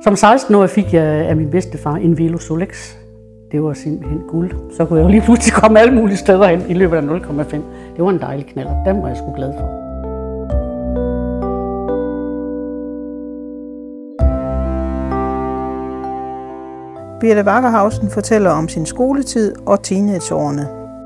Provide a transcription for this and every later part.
Som 16-årig fik jeg af min bedstefar en Velo Solex. Det var simpelthen guld. Så kunne jeg jo lige pludselig komme alle mulige steder hen i løbet af 0,5. Det var en dejlig knaller. Den var jeg sgu glad for. Birthe Wackerhausen fortæller om sin skoletid og teenageårene.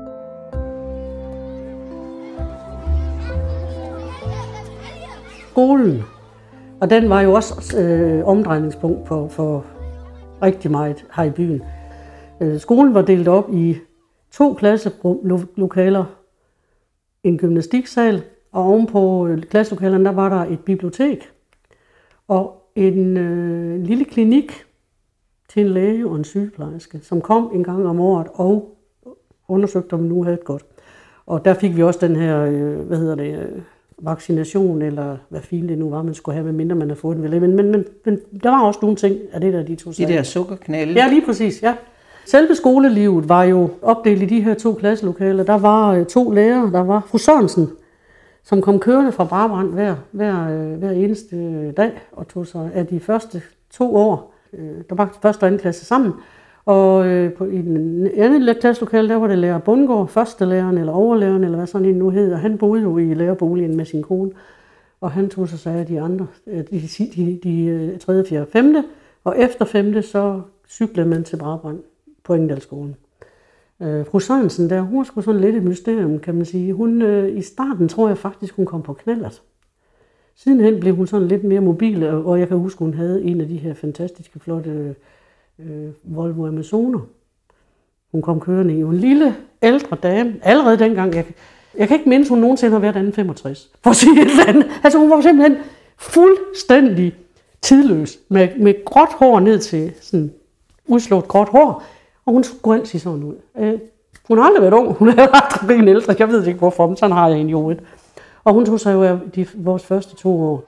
Skolen, og den var jo også omdrejningspunkt for rigtig meget her i byen. Skolen var delt op i 2 klasselokaler, en gymnastiksal, og ovenpå klasselokalerne der var der et bibliotek og en lille klinik til en læge og en sygeplejerske, som kom en gang om året og undersøgte, om vi nu havde det godt. Og der fik vi også den her, vaccination, eller hvad fint det nu var, man skulle have, medmindre man havde fået den. Men der var også nogle ting af det der, de to sager. De der sukkerknalde. Ja, lige præcis, ja. Selve skolelivet var jo opdelt i de her 2 klasselokaler. Der var 2 lærere. Der var fru Sørensen, som kom kørende fra Brabrand hver eneste dag, og tog sig af de første 2 år. Der var første og anden klasse sammen. Og i den anden klasselokale, der var det lærer Bundgaard, førstelæreren eller overlæreren, eller hvad sådan en nu hed. Og han boede jo i lærerboligen med sin kone. Og han tog sig af de andre, de 3., 4., 5. Og efter 5. så cyklede man til Brabrand på Engdalsskolen. Fru Sørensen der, hun var sgu sådan lidt et mysterium, kan man sige. Hun, i starten tror jeg faktisk, hun kom på knallert. Sidenhen blev hun sådan lidt mere mobil, og jeg kan huske, hun havde en af de her fantastiske, flotte Volvo Amazoner. Hun kom kørende i en lille, ældre dame. Allerede dengang, jeg kan ikke mindes, hun nogensinde har været anden 65. For at sige et eller andet. Altså hun var simpelthen fuldstændig tidløs. Med gråt hår ned til sådan udslået gråt hår. Og hun skulle altid sådan ud. Hun har aldrig været ung. Hun er aldrig blevet ældre. Jeg ved ikke hvorfor, men sådan har jeg hende jo et. Og hun tog sig jo af vores første 2 år.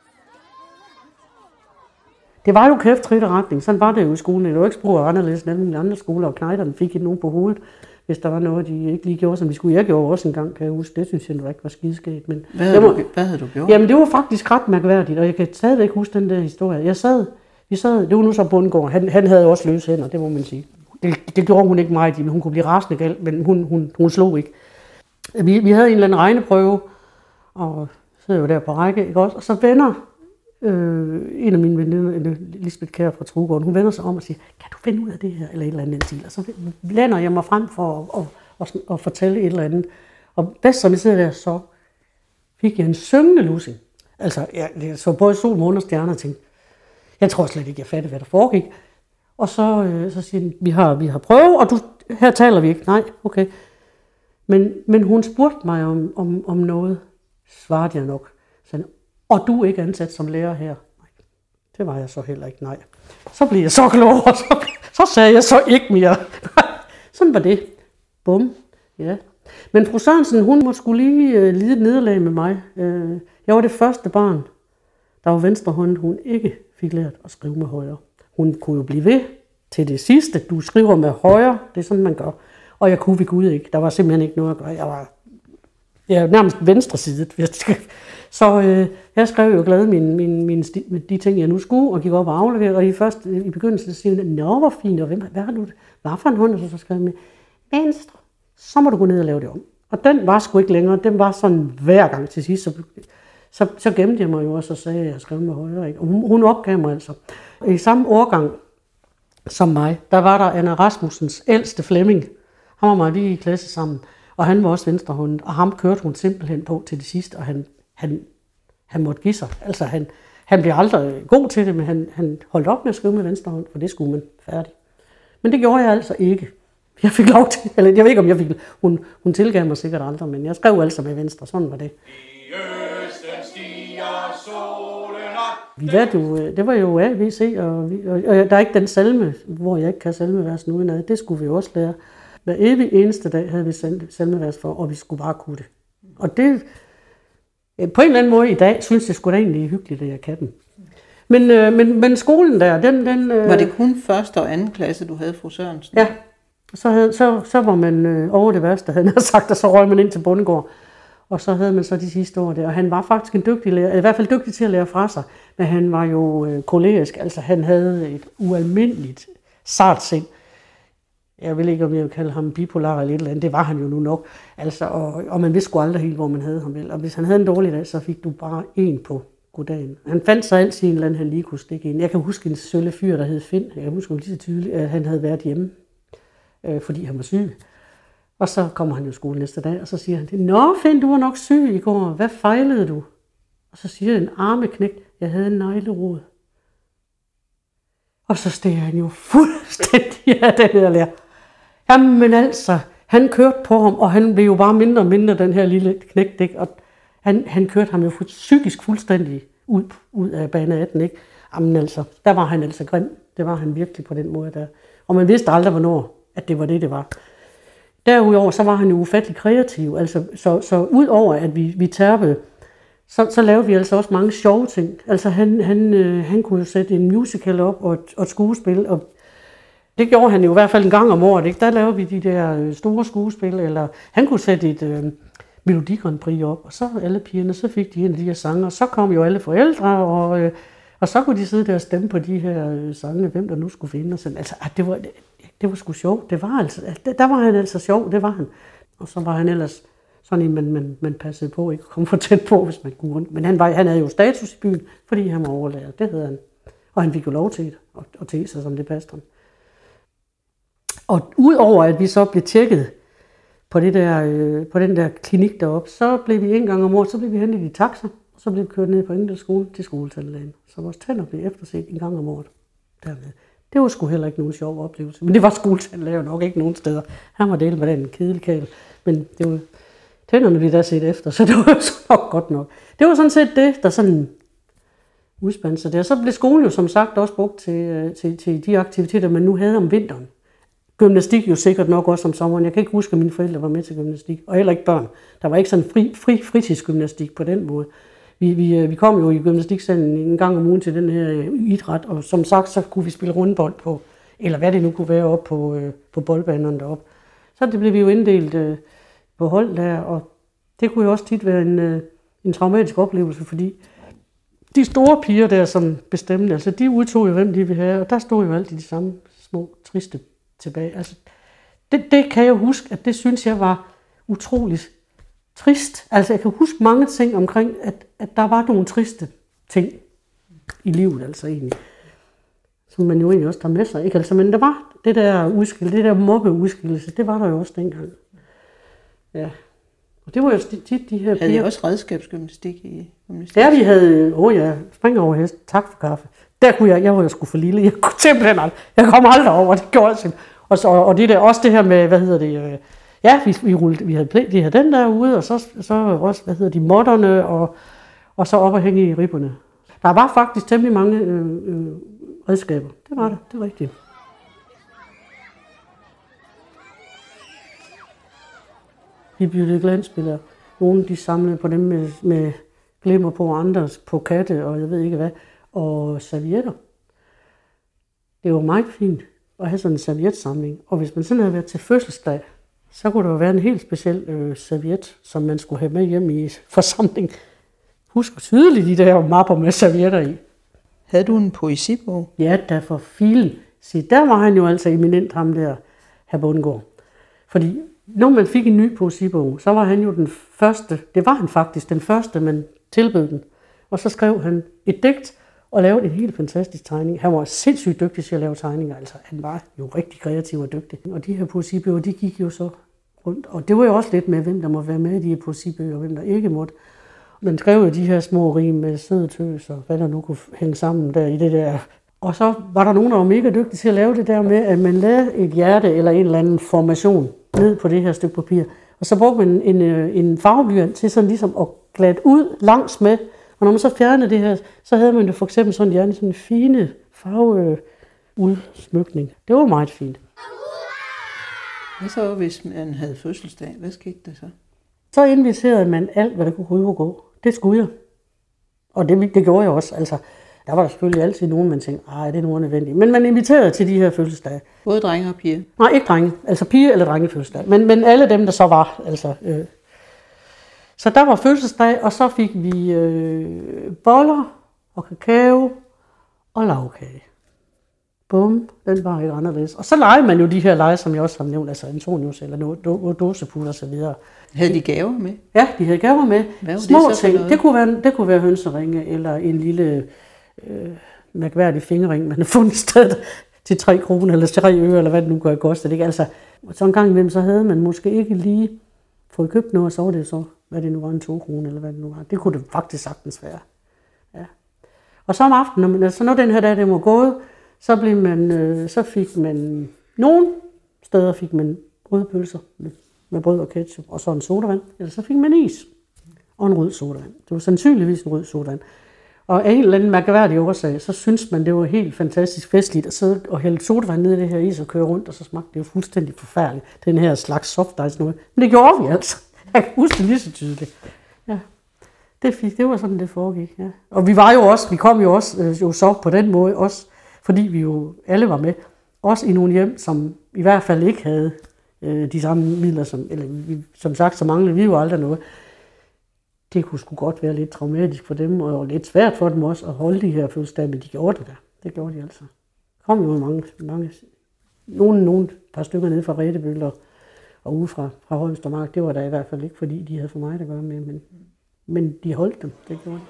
Det var jo kæft retning. Sådan var det jo i skolen. Det var ikke sprog anderledes end alle andre skoler, og knejterne fik nogen på hovedet, hvis der var noget, de ikke lige gjorde, som de skulle. Jeg gjorde også en gang, kan jeg huske. Det synes jeg ikke var skideskægt. Men hvad havde du gjort? Jamen, det var faktisk ret mærkværdigt, og jeg kan stadigvæk huske den der historie. Vi sad, det var nu så Bundgaard. Han havde også løse hænder, det må man sige. Det gjorde hun ikke meget i, men hun kunne blive rasende galt, men hun slog ikke. Vi havde en eller anden regneprøve, og sidder jo der på række, ikke også? Og så vender en af mine veninder, Lisbeth Kjær fra Trugården, hun vender sig om og siger, kan du finde ud af det her, eller et eller andet stil? Og så lander jeg mig frem for at fortælle et eller andet. Og bedst som jeg sidder der, så fik jeg en syngende lussing. Altså, jeg så både sol, måne og stjerner og tænkte, jeg tror slet ikke, jeg fattede, hvad der foregik. Og så siger den, vi har prøvet, og her taler vi ikke. Nej, okay. Men hun spurgte mig om noget, svarede jeg nok. Så, og du er ikke ansat som lærer her? Nej, det var jeg så heller ikke, nej. Så blev jeg så klog, og så sagde jeg så ikke mere. Sådan var det. Bum, ja. Men fru Sørensen, hun må skulle lige lide et nederlag med mig. Jeg var det første barn, der var venstrehåndet, hun ikke fik lært at skrive med højre. Hun kunne jo blive ved til det sidste. Du skriver med højre, det er sådan, man gør. Og jeg kunne ved Gud ikke. Der var simpelthen ikke noget at gøre. Jeg var nærmest venstresidet. Så jeg skrev jo glad de ting, jeg nu skulle, og gik op og afleverede. Og i begyndelsen siger hun, nå, hvor fint, og hvad har du det? Hvad for en hånd? Og så skrev jeg med venstre. Så må du gå ned og lave det om. Og den var sgu ikke længere. Den var sådan hver gang til sidst. Så gemte jeg mig jo også og sagde, at jeg skrev med højre. Ikke? Og hun opgav mig altså. I samme årgang som mig, der var der Anna Rasmussens ældste Flemming. Han var mig lige i klasse sammen. Og han var også venstrehåndet. Og ham kørte hun simpelthen på til det sidste. Og han måtte give sig. Altså han blev aldrig god til det, men han holdt op med at skrive med venstrehånd, for det skulle man færdig. Men det gjorde jeg altså ikke. Jeg fik lov til, eller jeg ved ikke om jeg fik, hun tilgav mig sikkert aldrig, men jeg skrev altså med venstre, sådan var det. Det var jo A, B, C, og der er ikke den salme, hvor jeg ikke kan salmeversen udenad. Det skulle vi også lære. Hver evig eneste dag havde vi salmevers for, og vi skulle bare kunne det. Og det, på en eller anden måde i dag, synes jeg sgu da egentlig hyggeligt, at jeg kan dem. Men skolen der, den var det kun første og anden klasse, du havde, fru Sørensen? Ja. Så var man over det værste, havde han sagt, og så røg man ind til Bundgaard. Og så havde man så de sidste år der, og han var faktisk en dygtig lærer, i hvert fald dygtig til at lære fra sig, men han var jo kolerisk, altså han havde et ualmindeligt sart sind. Jeg vil ikke, om jeg vil kalde ham bipolar eller et eller andet, det var han jo nu nok. Altså, og man vidste sgu aldrig helt, hvor man havde ham vel. Og hvis han havde en dårlig dag, så fik du bare en på goddagen. Han fandt sig altid en eller anden, han lige kunne stikke ind. Jeg kan huske en sølle fyr, der hed Finn. Jeg kan huske lige så tydeligt, at han havde været hjemme, fordi han var syg. Og så kommer han jo i skole næste dag, og så siger han, nå Finn, du var nok syg i går. Hvad fejlede du? Og så siger en armeknægt, jeg havde en neglerod. Og så steg han jo fuldstændig af den her lærer. Jamen altså, han kørte på ham, og han blev jo bare mindre og mindre, den her lille knægt, ikke? Og han kørte ham jo psykisk fuldstændig ud af bane 18, ikke? Jamen altså, der var han altså grim. Det var han virkelig på den måde der. Og man vidste aldrig, hvornår, at det var det var. Derudover, så var han jo ufattelig kreativ. Altså, så ud over, at vi tærpede, så lavede vi altså også mange sjove ting. Altså, han kunne jo sætte en musical op og et skuespil, og det gjorde han jo i hvert fald en gang om året, ikke? Der lavede vi de der store skuespil, eller han kunne sætte et Melodi Grand Prix op, og så alle pigerne, så fik de en af de her sange, og så kom jo alle forældre, og så kunne de sidde der og stemme på de her sange, hvem der nu skulle finde. Og sådan. Altså, det var sgu sjovt. Det var altså, der var han altså sjov, det var han. Og så var han ellers sådan en, man passede på, ikke kom for tæt på, hvis man kunne. Men han havde jo status i byen, fordi han var overlærer, det havde han. Og han fik jo lov til det, og til sig, som det passede ham. Og udover at vi så blev tjekket på den der klinik deroppe, så blev vi en gang om året, så blev vi hentet i taxa, og så blev vi kørt ned på Engels skole til skoletandlægen. Så vores tænder blev efterset en gang om året dernede. Det var sgu heller ikke nogen sjov oplevelse, men det var skoletandlægen nok ikke nogen steder. Han var delt med den kedelkæl, men det var tænderne blev der set efter, så det var jo så nok godt nok. Det var sådan set det, der sådan udspandt sig der. Så blev skolen jo som sagt også brugt til de aktiviteter, man nu havde om vinteren. Gymnastik jo sikkert nok også om sommeren. Jeg kan ikke huske, at mine forældre var med til gymnastik. Og heller ikke børn. Der var ikke sådan fritidsgymnastik på den måde. Vi kom jo i gymnastiksalen en gang om ugen til den her idræt. Og som sagt, så kunne vi spille rundbold på, eller hvad det nu kunne være, op på boldbanerne deroppe. Så det blev vi jo inddelt på hold der. Og det kunne jo også tit være en traumatisk oplevelse, fordi de store piger der, som bestemte, altså de udtog jo, hvem de ville have. Og der stod jo altid de samme små, triste tilbage. Altså, det kan jeg huske, at det synes jeg var utroligt trist. Altså, jeg kan huske mange ting omkring, at der var nogle triste ting i livet, altså egentlig. Som man jo egentlig også tager med sig, ikke? Altså, men der var det der udskillelse, det der mobbeudskillelse, det var der jo også dengang. Ja. Og det var jo tit de her piger. Havde I også redskabsgymnastik i gymnastik? Ja, vi havde, springer over hest, tak for kaffe. Der kunne jeg var jo sgu for lille, jeg kunne simpelthen aldrig, jeg kom aldrig over, det gjorde jeg simpelthen. Og det der, også det her med, ja, vi havde den der ude, og så også, modderne, og så op og hænge i ribberne. Der var faktisk temmelig mange redskaber, det var der, det er rigtigt. Vi byggede glansbilleder. Nogle de samlede på dem med glimmer på, andre på katte, og jeg ved ikke hvad, og servietter. Det var meget fint at have sådan en servietsamling. Og hvis man sådan havde været til fødselsdag, så kunne der jo være en helt speciel serviet, som man skulle have med hjem i forsamling. Husk tydeligt de der mapper med servietter i. Havde du en poesibog? Ja, der for filen. Se, der var han jo altså eminent, ham der, hr. Bundgaard. Fordi når man fik en ny poesibog, så var han jo den første, det var han faktisk den første, man tilbød den. Og så skrev han et digt og lavede en helt fantastisk tegning. Han var sindssygt dygtig til at lave tegninger, altså han var jo rigtig kreativ og dygtig. Og de her poesibøger, de gik jo så rundt. Og det var jo også lidt med, hvem der må være med i de her poesibøger, og hvem der ikke måtte. Man skrev jo de her små rim med søde tøs og hvad der nu kunne hænge sammen der i det der. Og så var der nogen, der var mega dygtige til at lave det der med, at man lagde et hjerte eller en eller anden formation ned på det her stykke papir. Og så brugte man en farveblyant til sådan ligesom at glatte ud langs med. Og når man så fjernede det her, så havde man jo for eksempel sådan en fine farveudsmykning. Det var meget fint. Hvad så, hvis man havde fødselsdag? Hvad skete der så? Så inviterede man alt, hvad der kunne ryge og gå. Det skulle jeg. Og det gjorde jeg også. Altså, der var der selvfølgelig altid nogen, man tænkte, det er nu nødvendigt. Men man inviterede til de her fødselsdage. Både drenge og piger? Nej, ikke drenge. Altså piger eller drenge fødselsdag. Men alle dem, der så var. Altså, Så der var fødselsdag, og så fik vi boller og kakao og lavkage. Bum, den var ikke anderledes. Og så legede man jo de her lege, som jeg også har nævnt, altså Antonius eller dåsepul og så videre. Havde de gaver med? Ja, de havde gaver med. Hvad var små det så ting. Det kunne være hønseringe eller en lille mærkværdig fingerring, man har fundet sted til 3 kroner eller 3 øre, eller hvad det nu gør koste. Ikke? Altså, så en gang imellem, så havde man måske ikke lige fået købt noget, og så var det så, hvad det nu var, en 2 kroner, eller hvad det nu var. Det kunne det faktisk sagtens være. Ja. Og så om aftenen, når den her dag det var gået, så fik man nogle steder fik man rødpølser med brød og ketchup, og så en sodavand, eller så fik man is og en rød sodavand. Det var sandsynligvis en rød sodavand. Og af en eller anden mærkværdig årsag, så synes man, det var helt fantastisk festligt at sidde og hælde sodavand ned i det her is og køre rundt, og så smagte det jo fuldstændig forfærdeligt, den her slags soft ice noget. Men det gjorde vi altså. Jeg kan huske det lige så tydeligt. Ja. Det var sådan, det foregik. Ja. Og vi kom jo også så på den måde, også fordi vi jo alle var med, også i nogle hjem, som i hvert fald ikke havde de samme midler, som sagt, så manglede vi jo aldrig noget. Det kunne sgu godt være lidt traumatisk for dem, og lidt svært for dem også at holde de her fødselsdage, men de gjorde det der. Det gjorde de altså. Der kom jo mange nogle par stykker ned fra Redebøl og ude fra Holmstermark. Det var der i hvert fald ikke, fordi de havde for mig at gøre med, men de holdt dem. Det gjorde de.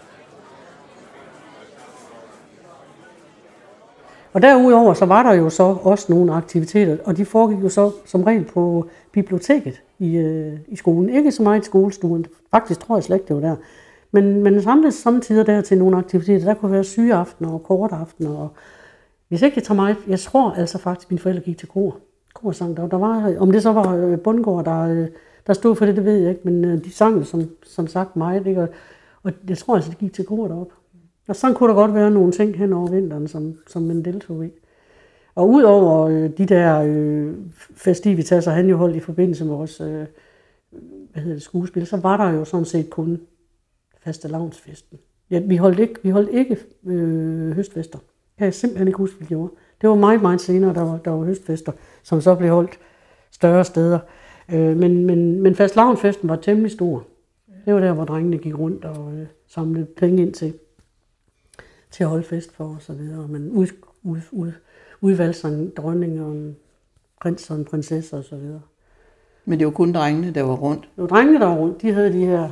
Og derudover så var der jo så også nogle aktiviteter, og de foregik jo så som regel på biblioteket i skolen. Ikke så meget i skolestuen. Faktisk tror jeg slet ikke, det var der. Men samtidig der til nogle aktiviteter. Der kunne være sygeaftener og kortaftener. Og hvis ikke jeg tager mig, jeg tror altså faktisk, at mine forældre gik til korsang. Der var, om det så var Bundgaard, der stod for det ved jeg ikke. Men de sang som sagt meget. Ikke? Og jeg tror altså, de gik til kor deroppe. Og sådan kunne der godt være nogle ting hen over vinteren, som man deltog i. Og udover de der festivitasser, han jo holdt i forbindelse med vores skuespil, så var der jo sådan set kun fastelavnsfesten. Ja, vi holdt ikke høstfester. Kan jeg simpelthen ikke huske, hvad vi gjorde. Det var meget, meget senere, der var høstfester, som så blev holdt større steder. Men fastelavnsfesten var temmelig stor. Det var der, hvor drengene gik rundt og samlede penge ind til at holde fest for og så videre. Men udvalgte sig en dronning og en prins og en prinsesse og så videre. Men det var kun drengene, der var rundt? Det var drengene, der var rundt. De havde de her,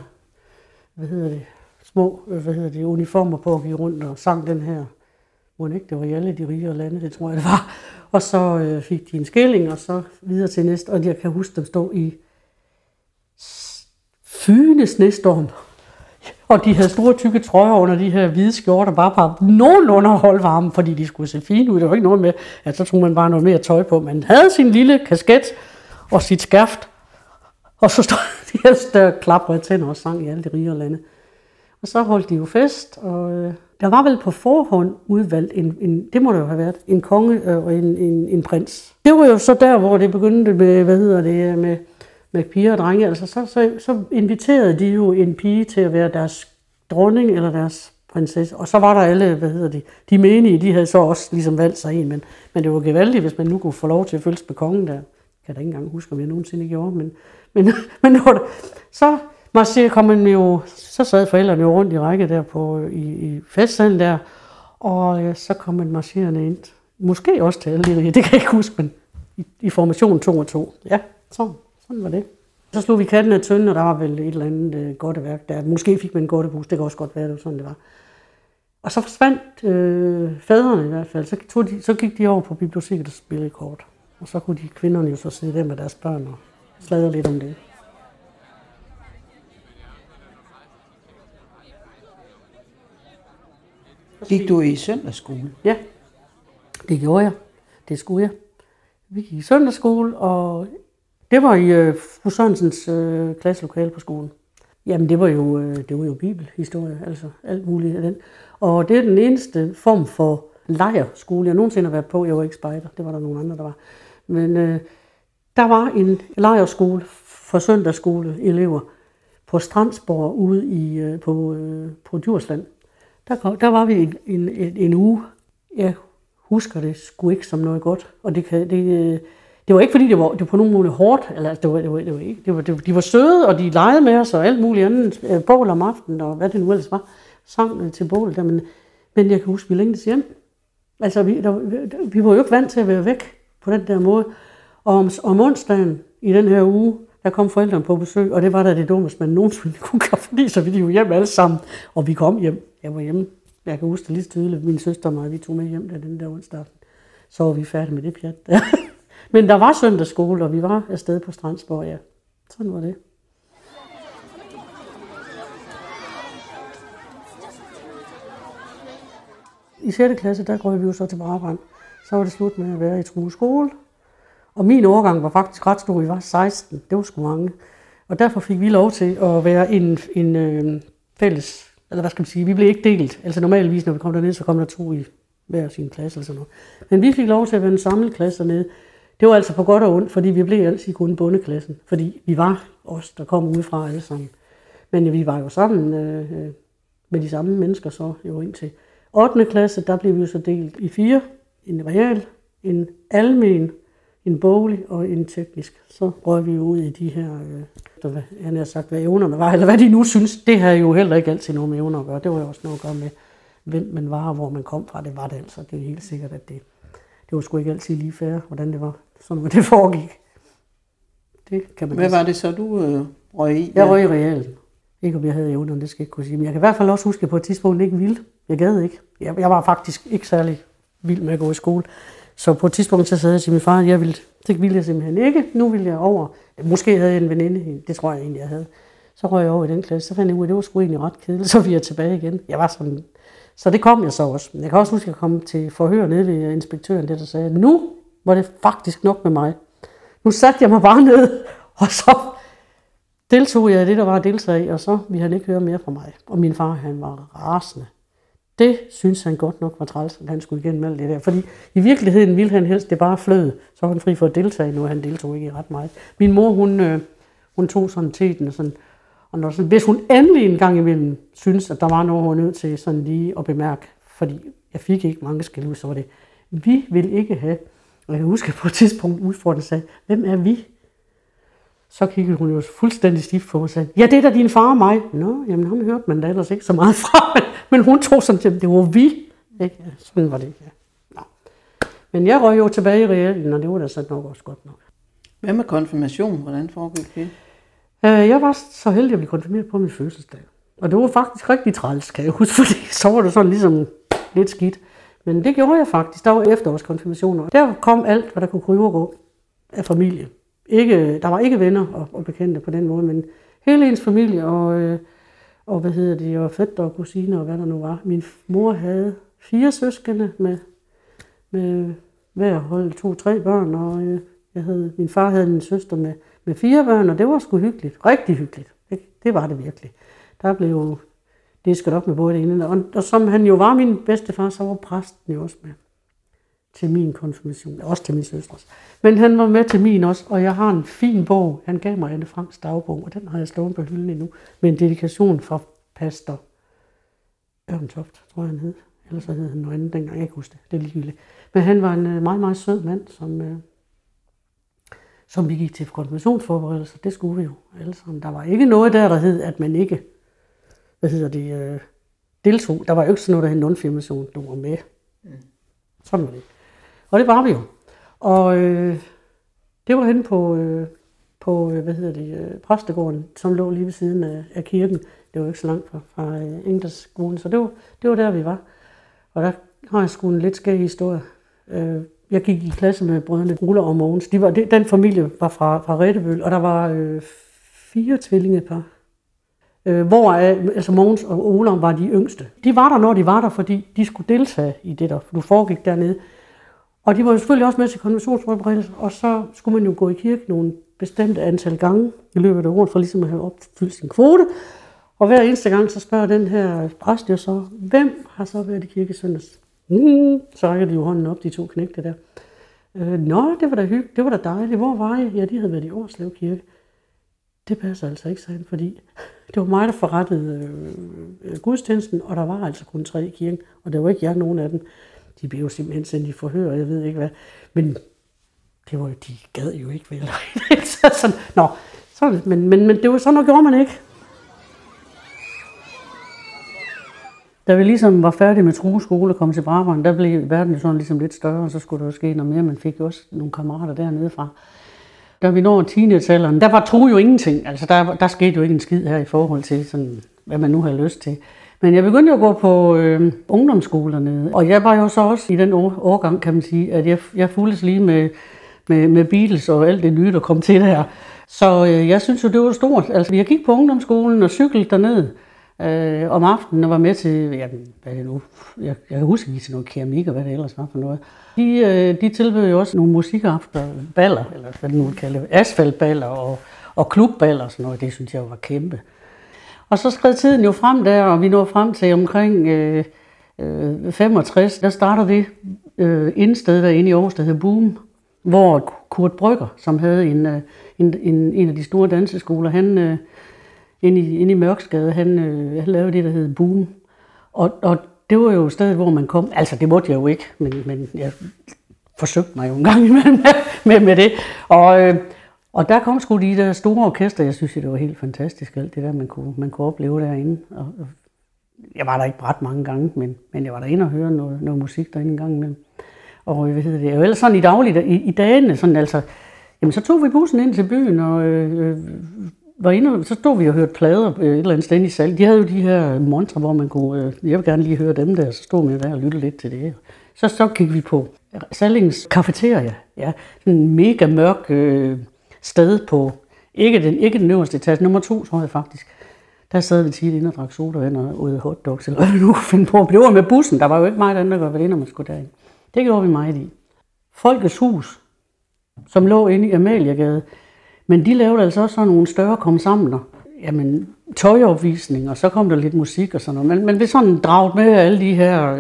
små uniformer på at give rundt og sang den her. Må ikke, det var i alle de rigere lande, det tror jeg det var. Og så fik de en skilling, og så videre til næste. Og jeg kan huske dem stå i fygende snestorm. Og de havde store tykke trøjer under de her hvide skjorter, bare på nogenlunde at holde varmen, fordi de skulle se fine ud. Det var ikke noget med, at så tog man bare noget mere tøj på. Man havde sin lille kasket og sit skaft, og så stod de her større klaprede tænder og sang i alle de rigere lande. Og så holdt de jo fest, og der var vel på forhånd udvalgt, det må det jo have været, en konge og en prins. Det var jo så der, hvor det begyndte med, med piger og drenge. Altså, så inviterede de jo en pige til at være deres dronning eller deres prinsesse. Og så var der alle, de menige, de havde så også ligesom valgt sig en. Men det var gevaldigt, hvis man nu kunne få lov til at følges med kongen der. Kan da ikke engang huske, om jeg nogensinde gjorde. Men så sad forældrene jo rundt i række der i festsalen der. Og så kom man marcherende ind. Måske også til alle de, det kan jeg ikke huske, men i formation 2 og 2. Ja, sådan var det. Så slog vi katten af tønden, og der var vel et eller andet godteværk der. Måske fik man en godtepus, det kan også godt være, det var sådan, det var. Og så forsvandt fædrene i hvert fald. Så gik de over på biblioteket og spillede kort. Og så kunne de kvinderne jo så sidde der med deres børn og sladre lidt om det. Gik du i søndagsskole? Ja, det gjorde jeg. Det skulle jeg. Vi gik i søndagsskole, og det var i fru Sørensens klasselokale på skolen. Jamen, det var jo bibelhistorie, altså alt muligt af den. Og det er den eneste form for lejrskole, jeg nogensinde har været på. Jeg var ikke spejder, det var der nogle andre, der var. Men der var en lejrskole for søndagsskoleelever på Strandsborg ude på Djursland. Der var vi en uge. Jeg husker det sgu ikke som noget godt. Og det var ikke fordi, det var på nogen måde hårdt, eller de var søde, og de legede med os, og alt muligt andet, bål om aftenen, og hvad det nu ellers var, sang til bål der, men jeg kan huske, vi længtes hjem. Altså, vi var jo ikke vant til at være væk på den der måde, og om onsdagen i den her uge, der kom forældrene på besøg, og det var da det dummeste, man nogensinde kunne gøre, fordi så ville de jo hjem alle sammen, og vi kom hjem. Jeg var hjemme. Jeg kan huske det lige tydeligt. Min søster og mig, vi tog med hjem der den der onsdag aften. Så var vi færdige med det pjat der. Men der var søndagsskole, og vi var afsted på Strandsborg, ja. Sådan var det. I 6. klasse, der røg vi jo så til Brabrand. Så var det slut med at være i True skole. Og min årgang var faktisk ret stor. Vi var 16. Det var sgu mange. Og derfor fik vi lov til at være en fælles, eller hvad skal man sige, vi blev ikke delt. Altså normalvis, når vi kom derned, så kom der 2 i hver sin klasse eller sådan noget. Men vi fik lov til at være en samlet klasse dernede. Det var altså på godt og ondt, fordi vi blev altid kun bondeklassen. Fordi vi var os, der kom udefra alle sammen. Men vi var jo sammen med de samme mennesker så jo indtil 8. klasse, der blev vi jo så delt i 4. En real, en almen, en boglig og en teknisk. Så røg vi jo ud i de her, han har sagt, hvad evnerne var, eller hvad de nu synes. Det havde jo heller ikke altid noget med evner at gøre. Det var jo også noget at gøre med, hvem man var og hvor man kom fra. Det var det altså. Det er helt sikkert, at det var sgu ikke altid lige fair, hvordan det var. Sådan det foregik. Det kan man Hvad var det så, du røg i? Jeg røg i realen. Ikke om jeg havde evnerne, det skal jeg ikke kunne sige. Men jeg kan i hvert fald også huske, at på et tidspunkt ikke ville. Jeg gad ikke. Jeg var faktisk ikke særlig vild med at gå i skole. Så på et tidspunkt så sagde jeg til min far, at det ville jeg simpelthen ikke. Nu ville jeg over. Måske havde jeg en veninde, det tror jeg egentlig, jeg havde. Så røg jeg over i den klasse. Så fandt jeg ud af, det var sgu egentlig ret kedeligt. Så vi jeg tilbage igen. Jeg var sådan. Så det kom jeg så også. Jeg kan også huske, at jeg kom til forhør nede ved inspektøren, der sagde, nu var det faktisk nok med mig. Nu satte jeg mig bare ned, og så deltog jeg i det, der var at deltage i, og så ville han ikke høre mere fra mig. Og min far, han var rasende. Det synes han godt nok var træls, at han skulle igennem alt det der. Fordi i virkeligheden ville han helst det bare fløde. Så var han fri for at deltage nu, han deltog ikke i ret meget. Min mor, hun tog sådan teten og sådan. Og hvis hun endelig en gang imellem synes, at der var noget, hun var nødt til sådan lige at bemærke, fordi jeg fik ikke mange skæld, så var det, vi vil ikke have. Og jeg kan huske på et tidspunkt udfordrende sagde, hvem er vi? Så kiggede hun jo fuldstændig stift på mig og sagde, ja, det er da din far og mig. Nå, jamen ham hørte man da ellers ikke så meget fra, men hun tog sådan til, det var vi. Ikke? Ja, sådan var det, ja. Nå. Men jeg røg jo tilbage i realen, og det var da så nok også godt nok. Hvad med konfirmation? Hvordan foregik det? Jeg var så heldig at blive konfirmeret på min fødselsdag. Og det var faktisk rigtig træls, kan jeg huske, fordi så var det sådan ligesom lidt skidt. Men det gjorde jeg faktisk. Der var efterårskonfirmationer. Der kom alt, hvad der kunne krybe og gå af familie. Der var ikke venner og bekendte på den måde, men hele ens familie og og fætter og kusiner og hvad der nu var. Min mor havde 4 søskende med hver hold 2-3 børn, og min far havde en søster med 4 børn, og det var sgu hyggeligt. Rigtig hyggeligt. Det var det virkelig. Der blev disket op med både det ene og som han jo var min bedstefar, så var præsten jo også med til min konfirmation, også til min søsters. Men han var med til min også, og jeg har en fin bog. Han gav mig Anne Franks dagbog, og den har jeg stået på hylden endnu, med en dedikation fra pastor Ørntoft, tror jeg han hed. Ellers så hed han noget andet dengang, jeg ikke huske det. Det er ligegyldigt. Men han var en meget, meget sød mand, som vi gik til konfirmationsforberedelser. Det skulle vi jo alle sammen. Der var ikke noget der hed, at man ikke deltog. Der var jo ikke sådan noget, der hed non-firmation, du var med. Sådan var det. Og det var vi jo. Og det var henne på præstegården, som lå lige ved siden af kirken. Det var ikke så langt fra Engelsskolen, så det var der, vi var. Og der har jeg sgu en lidt skæg historie. Jeg gik i klasse med brødrene Ole og Mogens. Den familie var fra Rettebøl, og der var 4 tvillingepar. Hvor Mogens og Ole var de yngste. De var der, når de var der, fordi de skulle deltage i det, der nu foregik dernede. Og de var jo selvfølgelig også med til konfirmationsforberedelser, og så skulle man jo gå i kirke nogle bestemte antal gange i løbet af året, for ligesom at have opfyldt sin kvote. Og hver eneste gang, så spørger den her præst jo så, hvem har så været i kirke søndags? Så rækker de jo hånden op, de 2 knægte der. Nå, det var da hyggeligt, det var da dejligt. Hvor var I? Ja, de havde været i Årslev Kirke. Det passer altså ikke sådan, fordi det var mig, der forrettede gudstjenesten, og der var altså kun 3 i kirken, og der var ikke nogen af dem. De blev jo simpelthen sendt i forhør, og jeg ved ikke hvad. Men de gad jo ikke vel. Men det var sådan noget, gjorde man ikke. Da vi ligesom var færdige med True og kom til Brabrand, der blev verden jo sådan ligesom lidt større, og så skulle der jo ske noget mere. Man fik jo også nogle kammerater dernede fra. Da vi når teenagealderen, der var True jo ingenting. Altså der skete jo ikke en skid her i forhold til, sådan, hvad man nu havde lyst til. Men jeg begyndte jo at gå på ungdomsskolerne, og jeg var jo så også i den årgang, kan man sige, at jeg fulgtes lige med Beatles og alt det nye, der kom til der. Så jeg synes jo, det var stort. Altså jeg gik på ungdomsskolen og cyklede derned om aftenen og var med til, hvad er det nu? Jeg kan huske, at til noget keramik og hvad det ellers var for noget. De tilbød jo også nogle musikaftener, baller, eller hvad det nu vil kalde det, asfaltballer og klubballer og sådan noget. Det synes jeg jo var kæmpe. Og så skred tiden jo frem der, og vi nåede frem til omkring 65. Der starter det indsted derinde i Aarhus, der hedder Boom, hvor Kurt Brygger, som havde en af de store danseskoler, han inde i Mørksgade, han lavede det, der hed Boom. Og det var jo stedet, hvor man kom. Altså, det måtte jeg jo ikke, men jeg forsøgte mig jo en gang imellem med det. Og der kom sgu de der store orkester. Jeg synes, det var helt fantastisk, alt det der, man kunne opleve derinde. Og jeg var der ikke ret mange gange, men jeg var derinde og høre noget musik derinde en gang imellem. Og hvad hedder det? Og ellers sådan i dagligt, i dagene, sådan altså, jamen så tog vi bussen ind til byen, og var inde, så stod vi og hørte plader et eller andet sted i salg. De havde jo de her montrer, hvor man kunne, jeg vil gerne lige høre dem der, så stod man der og lyttede lidt til det. Så gik vi på Sallings Cafeteria, ja, sådan en mega mørk sted på, ikke den øverste etage, nummer 2, tror jeg faktisk. Der sad vi tit inde og drak sodavand og ude hotdogs, eller hvad vi nu kunne finde på. Det var med bussen, der var jo ikke meget andet, der gør ved det, når man skulle derind. Det gjorde vi meget i. Folkets Hus, som lå inde i Amaliegade, men de lavede altså også sådan nogle større komsamler. Jamen, tøjopvisning, og så kom der lidt musik og sådan noget. Men vi sådan draget med alle de her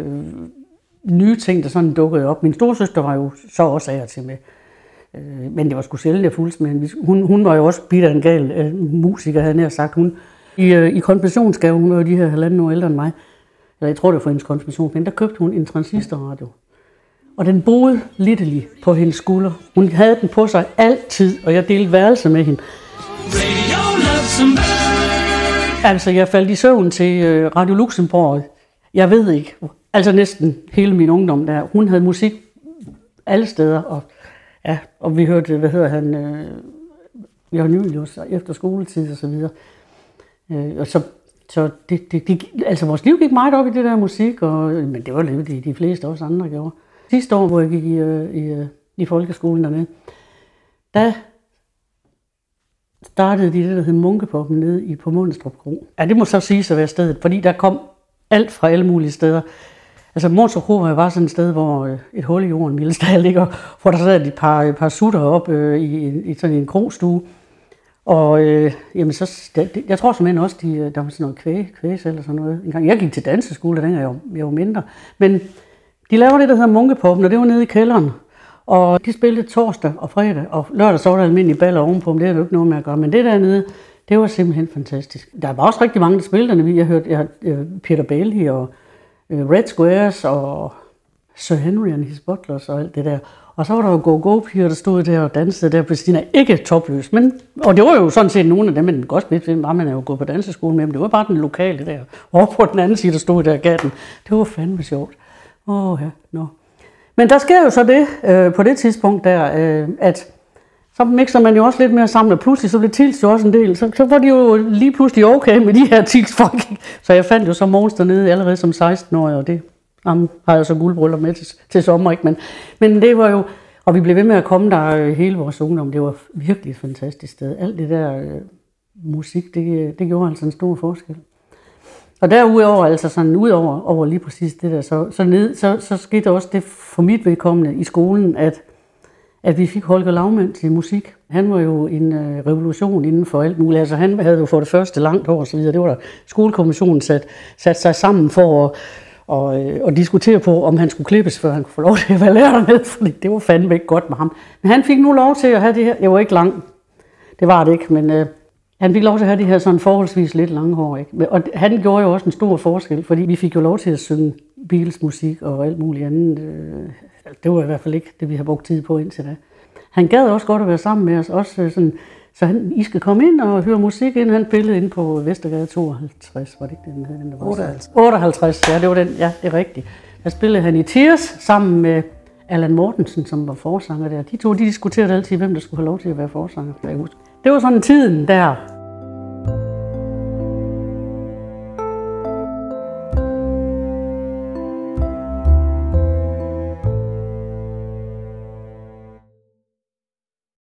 nye ting, der sådan dukkede op. Min storesøster var jo så også af og til med. Men det var sgu sjældent, jeg fulgte med hende. Hun var jo også bitter en gal musiker, havde jeg sagt. I konfirmationsgave, hun var jo de her 1,5 år ældre end mig. Eller jeg tror, det var for hendes konfirmation, men der købte hun en transistorradio. Og den boede litterlig på hendes skulder. Hun havde den på sig altid, og jeg delte værelse med hende. Altså, jeg faldt i søvn til Radio Luxembourg. Jeg ved ikke. Altså næsten hele min ungdom der. Hun havde musik alle steder, og vi hørte, Jørgen Julius efter skoletid og så videre. Og så altså vores liv gik meget op i det der musik, men det var lidt de fleste også andre gjorde. Sidste år, hvor jeg gik i folkeskolen dernede, der startede de det, der hed Munkepoppen nede på Mundelstrup Kro. Ja, det må så siges at være stedet, fordi der kom alt fra alle mulige steder. Altså Mundelstrup Kro var jo bare sådan et sted, hvor et hul i jorden, Mildesdal ligger, hvor der sad et par sutter op i sådan en krogstue. Og jamen jeg tror simpelthen også, der var sådan noget kvæs eller sådan noget. Engang jeg gik til danseskole, dengang jeg var mindre. Men de laver det, der hedder Munkepoppen, og det var nede i kælderen. Og de spillede torsdag og fredag, og lørdag så var der almindelige baller ovenpå, men det er jo ikke noget med at gøre. Men det dernede, det var simpelthen fantastisk. Der var også rigtig mange, der spillede dernede. Jeg hørte Peter Bailey og Red Squares og Sir Henry and His Butlers og alt det der. Og så var der jo go-go-piger, der stod der og dansede der på Stina. Ikke topløs, og det var jo sådan set nogle af dem, men godt spillet, man er jo gået på danseskole med, men det var bare den lokale der. Og på den anden side, der stod der gatten. Det var fandme sjovt. Men der sker jo så det på det tidspunkt der, at så mixer man jo også lidt mere sammen, og pludselig så blev Tilst jo også en del. Så var de jo lige pludselig okay med de her Tilst-folk. Så jeg fandt jo så Mogens dernede allerede som 16-årig, og det har jeg så guldbryllup med til sommer. Ikke? Men det var jo, og vi blev ved med at komme der hele vores ungdom. Det var virkelig et fantastisk sted. Alt det der musik, det gjorde altså en stor forskel. Og derudover, altså sådan udover lige præcis det der, så skete der også det for mit vedkommende i skolen, at vi fik Holger Laumann til musik. Han var jo en revolution inden for alt muligt. Altså han havde jo for det første langt hår og så videre. Det var der skolekommissionen sat sig sammen for at diskutere på, om han skulle klippes, før han kunne få lov til at være lærer dernede, fordi det var fandme ikke godt med ham. Men han fik nu lov til at have det her. Jeg var ikke lang. Det var det ikke, men han fik lov til at have det her sådan forholdsvis lidt lange hår. Ikke? Og han gjorde jo også en stor forskel, fordi vi fik jo lov til at synge Beatles musik og alt muligt andet. Det var i hvert fald ikke det, vi har brugt tid på indtil da. han gad også godt at være sammen med os, også sådan, så I skal komme ind og høre musik ind. Han spillede ind på Vestergade 52, var det ikke den hed? Den 58, ja, det var den, ja, det er rigtigt. Der spillede han i Tears sammen med Allan Mortensen, som var forsanger der. De to, de diskuterede altid, hvem der skulle have lov til at være forsanger, kan jeg huske. Det var sådan tiden der.